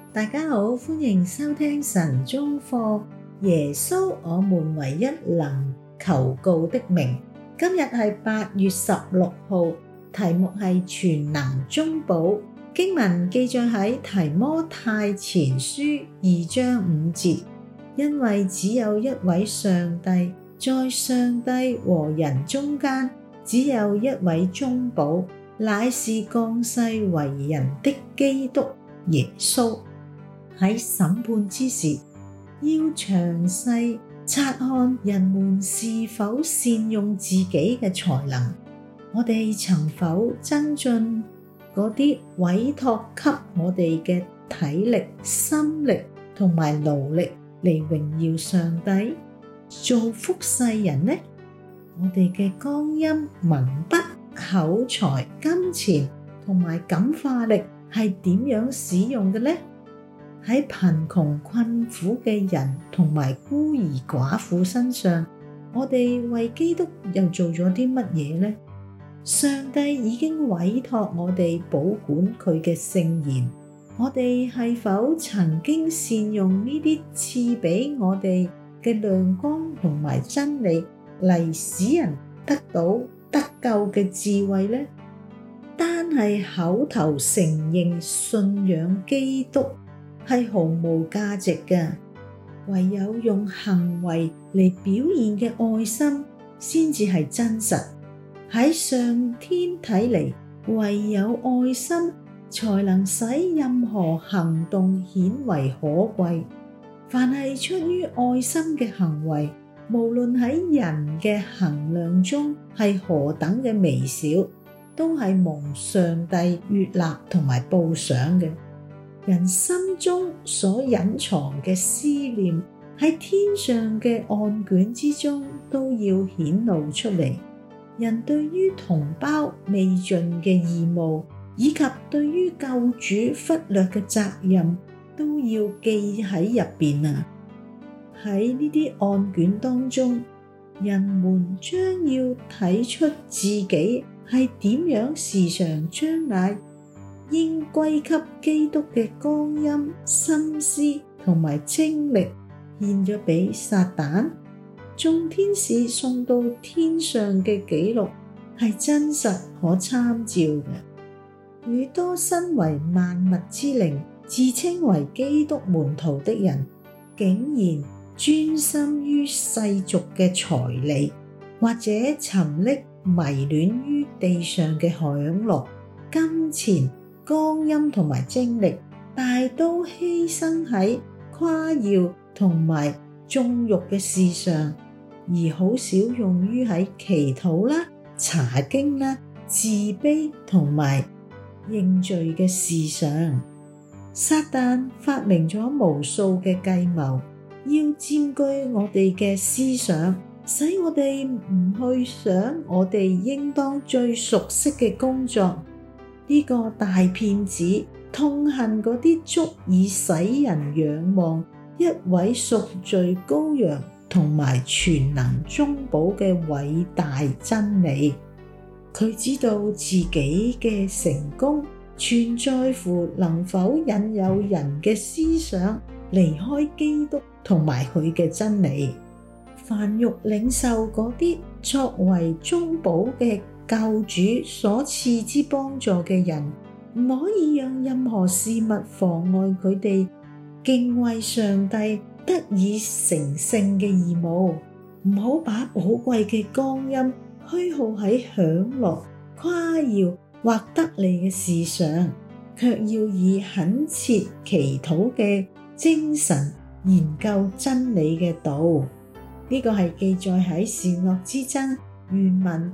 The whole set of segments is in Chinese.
大家好，歡迎收聽晨鐘課。耶穌，我們唯一能求告的名。今日係8月16號，題目係全能中保。經文記載喺提摩太前書2章5節，因為只有一位上帝，在上帝和人中間，只有一位中保，乃是降世為人的基督耶穌。喺審判之時，要詳細察看人們是否善用自己嘅才能，我哋曾否增進嗰啲委託給我哋嘅體力、心力同埋勞力嚟榮耀上帝，造福世人呢？我哋嘅光陰、文筆、口才、金錢同埋感化力係點樣使用嘅呢？喺貧窮困苦嘅人同埋孤兒寡婦身上，我哋為基督又做咗啲乜嘢呢？上帝已經委託我哋保管佢嘅聖言，我哋係否曾經善用呢啲賜俾我哋嘅亮光同埋真理嚟使人得到得救嘅智慧呢？單係口頭承認信仰基督係毫無價值嘅，唯有用行為嚟表現嘅愛心先至係真實。喺上天睇嚟，唯有愛心才能使任何行動顯為可貴。凡係出於愛心嘅行為，無論喺人嘅衡量中係何等嘅微小，都係蒙上帝悅納同埋報賞嘅。人心中所隱藏嘅思念，喺天上嘅案卷之中都要顯露出嚟。人對於同胞未盡嘅義務，以及對於救主忽略嘅責任，都要記喺入邊啊！喺呢啲案卷當中，人們將要睇出自己係點樣時常將那應歸給基督嘅光陰、心思同埋精力獻咗俾撒旦。眾天使送到天上嘅記錄係真實可參照嘅。許多身為萬物之靈、自稱為基督門徒的人，竟然專心於世俗嘅財利，或者沉溺迷戀於地上嘅享樂、金錢、光陰同埋精力，大都犧牲喺誇耀同埋縱慾嘅事上，而好少用於喺祈禱啦、查經啦、自卑同埋認罪嘅事上。撒旦發明咗無數嘅計謀，要佔據我哋嘅思想，使我哋唔去想我哋應當最熟悉嘅工作。呢個大騙子痛恨嗰啲足以使人仰望一位贖罪羔羊同埋全能中保嘅偉大真理。佢知道自己嘅成功全在乎能否引誘人嘅思想離開基督同埋佢嘅真理。凡欲領受嗰啲作為中保嘅救主所賜之幫助嘅人，唔可以讓任何事物妨礙佢哋敬畏上帝得以成聖嘅義務。唔好把寶貴嘅光陰虛耗喺享樂、誇耀或得利嘅事上，卻要以懇切祈禱嘅精神研究真理嘅道。呢個係記載喺善惡之爭原文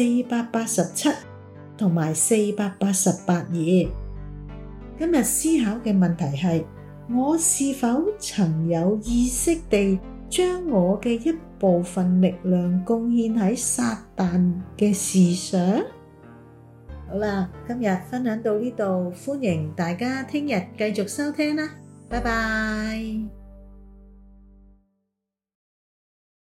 487同埋488頁。今日思考嘅問題係：我是否曾有意識地將我嘅一部分力量貢獻喺撒旦嘅事上？好啦，今日分享到呢度，歡迎大家聽日繼續收聽啦，拜拜。